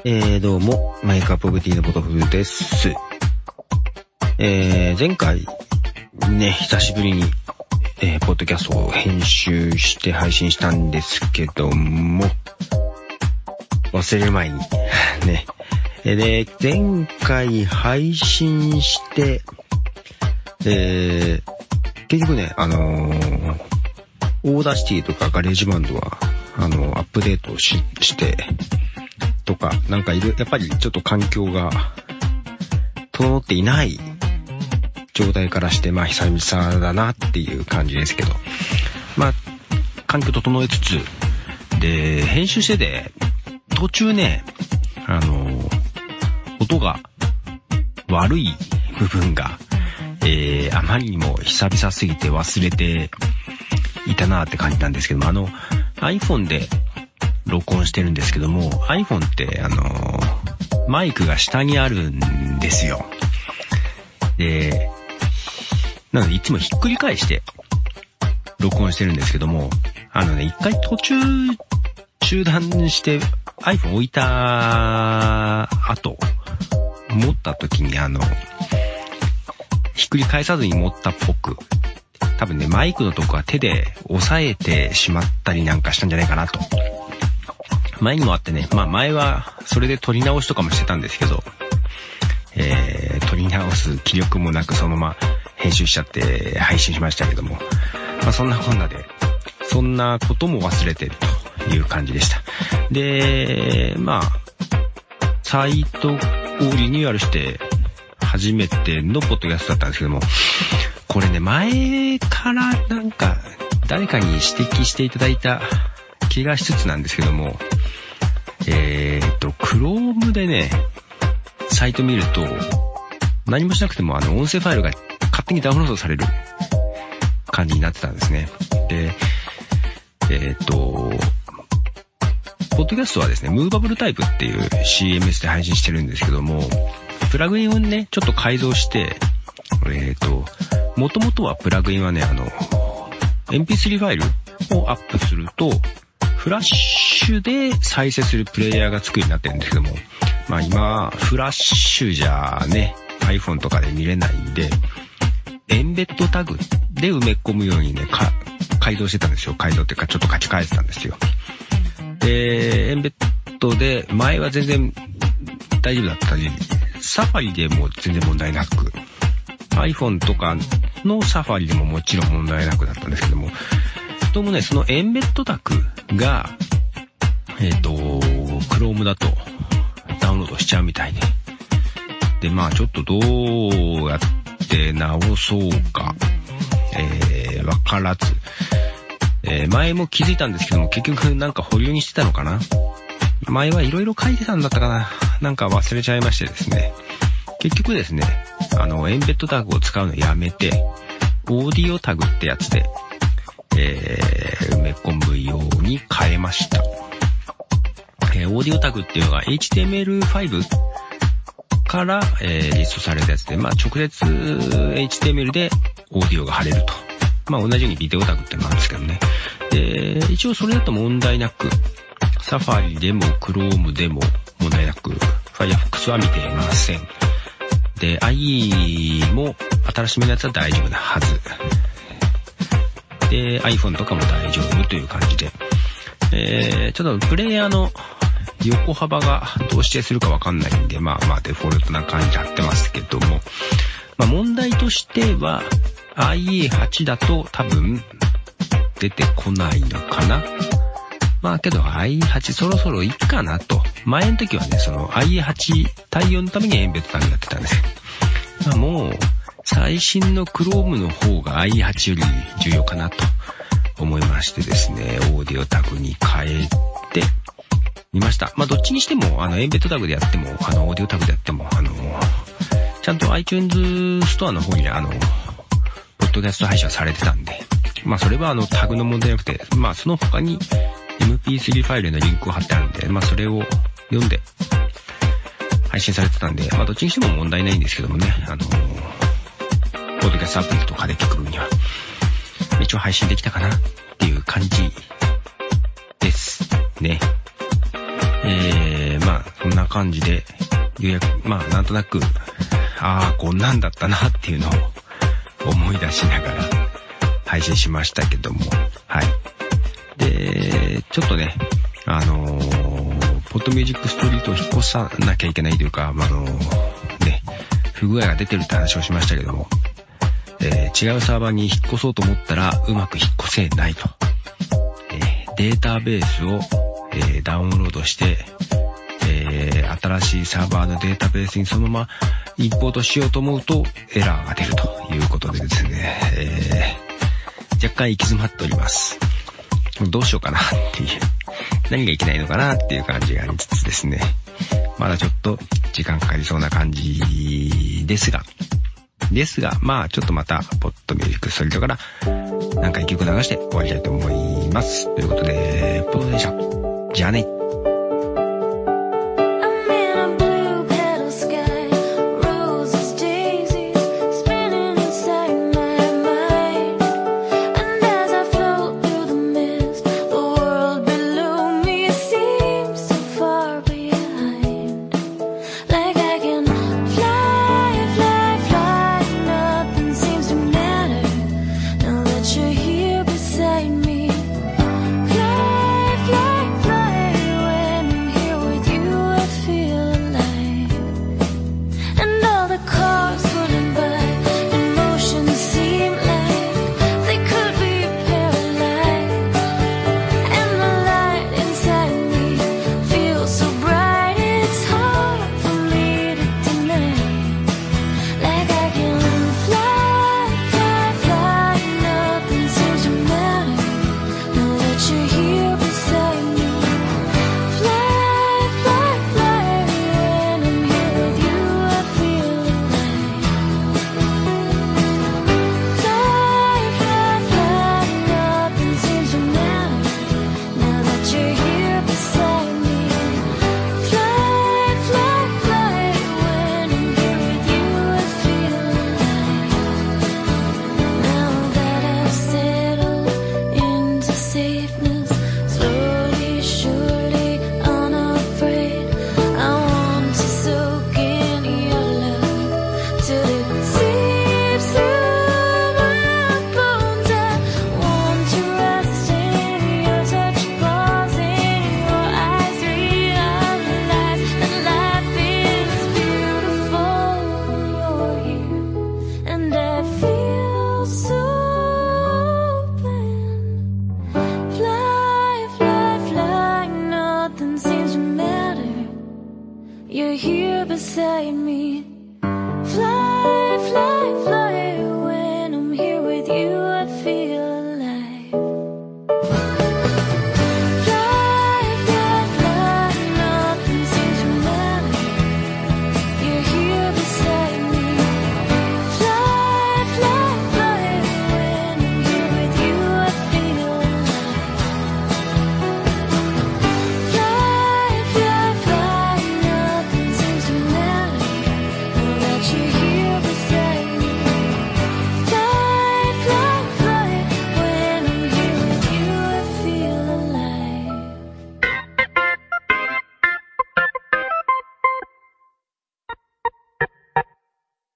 どうも、マイクアップオブティーのポトフです。前回、ね、久しぶりに、ポッドキャストを編集して配信したんですけども、忘れる前に、ね。で、前回配信して、結局ね、オーダーシティとかガレージバンドは、アップデートして、とか、なんかやっぱりちょっと環境が整っていない状態からして、まあ久々だなっていう感じですけど、まあ環境整えつつ、で、編集してて、途中ね、音が悪い部分が、あまりにも久々すぎて忘れていたなって感じなんですけども、iPhone で録音してるんですけども、iPhone ってマイクが下にあるんですよ。で、なのでいつもひっくり返して録音してるんですけども、一回途中中断して iPhone 置いた後、持った時にひっくり返さずに持ったっぽく、多分ね、マイクのとこは手で押さえてしまったりなんかしたんじゃないかなと。前にもあってね、まあ前はそれで撮り直しとかもしてたんですけど、撮り直す気力もなくそのまま編集しちゃって配信しましたけども、まあそんなこんなで、そんなことも忘れてるという感じでした。で、まあ、サイトをリニューアルして初めてのポッドキャストだったんですけども、これね、前からなんか誰かに指摘していただいた気がしつつなんですけども、Chrome でね、サイト見ると、何もしなくても音声ファイルが勝手にダウンロードされる感じになってたんですね。で、ポッドキャストはですね、ムーバブルタイプっていう CMS で配信してるんですけども、プラグインをね、ちょっと改造して、元々はプラグインはね、MP3 ファイルをアップすると、フラッシュで再生するプレイヤーがつくようになってるんですけども、まあ今、フラッシュじゃね、iPhone とかで見れないんで、エンベッドタグで埋め込むようにね、改造してたんですよ。改造っていうかちょっと書き換えてたんですよ。で、エンベッドで、前は全然大丈夫だったり、サファリでも全然問題なく、iPhone とかのサファリでももちろん問題なくだったんですけども、どうもね、そのエンベッドタグが、Chrome だとダウンロードしちゃうみたいで。で、まあちょっとどうやって直そうか、わからず、前も気づいたんですけども、結局なんか保留にしてたのかな。前はいろいろ書いてたんだったかな。なんか忘れちゃいましてですね。結局ですね、エンベッドタグを使うのやめて、オーディオタグってやつで、埋め込むように変えました。オーディオタグっていうのが HTML5 から、リストされたやつで、まあ直接 HTML でオーディオが貼れると。まあ同じようにビデオタグってのもあるんですけどね。で、一応それだと問題なく、サファリでも Chrome でも問題なく、Firefox は見ていません。で、IE も新しめのやつは大丈夫なはず。で、iPhone とかも大丈夫という感じで。ちょっとプレイヤーの横幅がどう指定するかわかんないんで、まあデフォルトな感じで貼ってますけども、まあ問題としては IE8 だと多分出てこないのかな。まあけど IE8 そろそろいいかなと。前の時はね、その IE8 対応のためにエンベッドタグやってたんですよ。まあもう最新の Chrome の方が IE8 より重要かなと思いましてですね、オーディオタグに変えてみました。まあどっちにしてもエンベッドタグでやってもオーディオタグでやってもちゃんと iTunes ストアの方にポッドキャスト配信はされてたんで、まあそれはタグの問題なくて、まあその他に MP3 ファイルのリンクを貼ってあるんで、まあそれを読んで配信されてたんで、まあどっちにしても問題ないんですけどもね、ポッドキャストアプリとかで聞く分には一応配信できたかなっていう感じですね。まあそんな感じで予約、まあなんとなく、こんなんだったなっていうのを思い出しながら配信しましたけども、はい。で、ちょっとね、ポッドミュージックストリートを引っ越さなきゃいけないというか、ね、不具合が出てるって話をしましたけども、違うサーバーに引っ越そうと思ったらうまく引っ越せないと。データベースを、ダウンロードして、新しいサーバーのデータベースにそのままインポートしようと思うとエラーが出るということでですね、若干行き詰まっております。どうしようかなっていう、何がいけないのかなっていう感じがありつつですね、まだちょっと時間かかりそうな感じですが、まあちょっとまたポッドミュージックストリートからなんか一曲流して終わりたいと思います。ということで、ポッドでした。じゃあね。 You're here beside me.